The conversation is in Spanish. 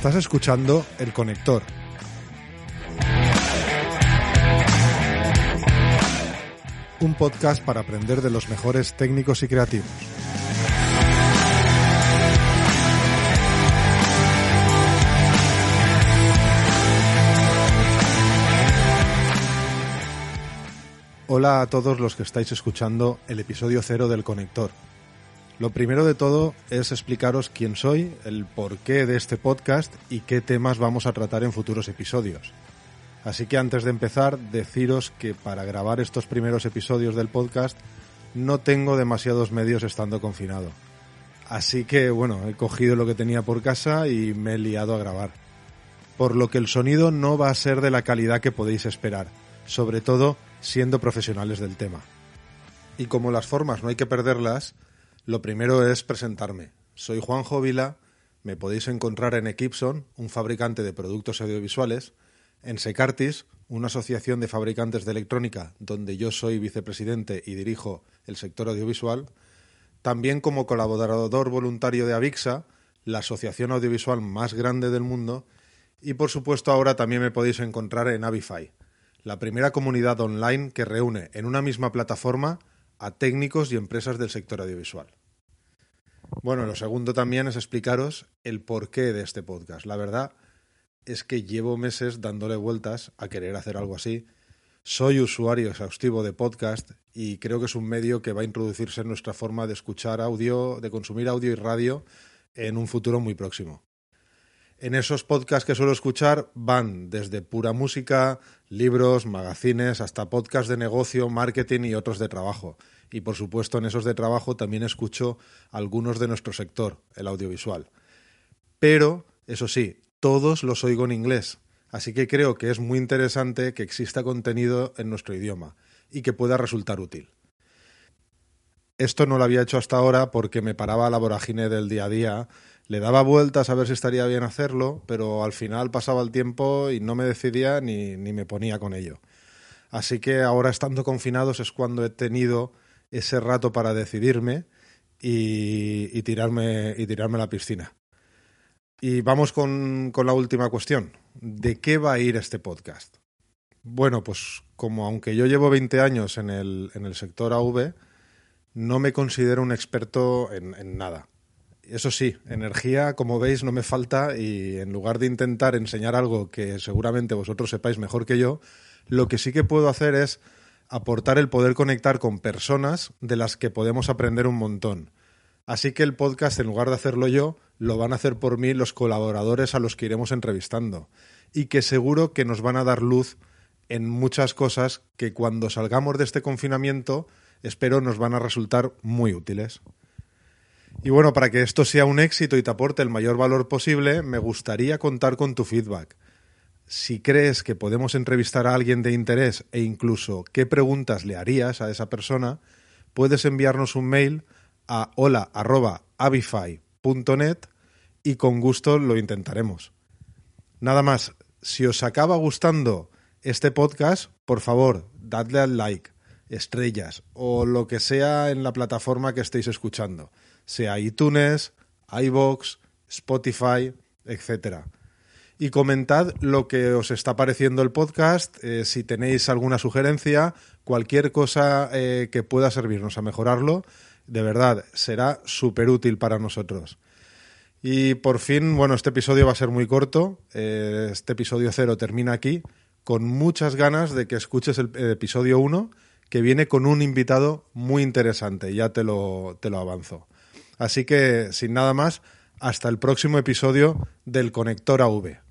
Estás escuchando El Conector. Un podcast para aprender de los mejores técnicos y creativos. Hola a todos los que estáis escuchando el episodio 0 del Conector. Lo primero de todo es explicaros quién soy, el porqué de este podcast y qué temas vamos a tratar en futuros episodios. Así que antes de empezar, deciros que para grabar estos primeros episodios del podcast no tengo demasiados medios estando confinado. Así que, he cogido lo que tenía por casa y me he liado a grabar. Por lo que el sonido no va a ser de la calidad que podéis esperar, sobre todo siendo profesionales del tema. Y como las formas no hay que perderlas, lo primero es presentarme. Soy Juanjo Vila, me podéis encontrar en Equipson, un fabricante de productos audiovisuales, en Secartis, una asociación de fabricantes de electrónica donde yo soy vicepresidente y dirijo el sector audiovisual, también como colaborador voluntario de Avixa, la asociación audiovisual más grande del mundo, y por supuesto ahora también me podéis encontrar en Avify, la primera comunidad online que reúne en una misma plataforma a técnicos y empresas del sector audiovisual. Lo segundo también es explicaros el porqué de este podcast. La verdad es que llevo meses dándole vueltas a querer hacer algo así. Soy usuario exhaustivo de podcast y creo que es un medio que va a introducirse en nuestra forma de escuchar audio, de consumir audio y radio en un futuro muy próximo. En esos podcasts que suelo escuchar van desde pura música, libros, magazines, hasta podcasts de negocio, marketing y otros de trabajo. Y por supuesto en esos de trabajo también escucho algunos de nuestro sector, el audiovisual. Pero, eso sí, todos los oigo en inglés, así que creo que es muy interesante que exista contenido en nuestro idioma y que pueda resultar útil. Esto no lo había hecho hasta ahora porque me paraba la vorágine del día a día, le daba vueltas a ver si estaría bien hacerlo, pero al final pasaba el tiempo y no me decidía ni me ponía con ello. Así que ahora estando confinados es cuando he tenido ese rato para decidirme y tirarme a la piscina. Y vamos con la última cuestión. ¿De qué va a ir este podcast? Pues como aunque yo llevo 20 años en el sector AV, no me considero un experto en nada. Eso sí, energía, como veis, no me falta y en lugar de intentar enseñar algo que seguramente vosotros sepáis mejor que yo, lo que sí que puedo hacer es aportar el poder conectar con personas de las que podemos aprender un montón. Así que el podcast, en lugar de hacerlo yo, lo van a hacer por mí los colaboradores a los que iremos entrevistando y que seguro que nos van a dar luz en muchas cosas que cuando salgamos de este confinamiento espero nos van a resultar muy útiles. Y para que esto sea un éxito y te aporte el mayor valor posible, me gustaría contar con tu feedback. Si crees que podemos entrevistar a alguien de interés e incluso qué preguntas le harías a esa persona, puedes enviarnos un mail a hola@avify.net y con gusto lo intentaremos. Nada más, si os acaba gustando este podcast, por favor, dadle al like, estrellas o lo que sea en la plataforma que estéis escuchando, sea iTunes, iVoox, Spotify, etc. Y comentad lo que os está pareciendo el podcast, si tenéis alguna sugerencia, cualquier cosa que pueda servirnos a mejorarlo, de verdad, será súper útil para nosotros. Y por fin, este episodio va a ser muy corto, este episodio 0 termina aquí, con muchas ganas de que escuches el episodio 1, que viene con un invitado muy interesante, ya te lo avanzo. Así que, sin nada más, hasta el próximo episodio del Conector AV.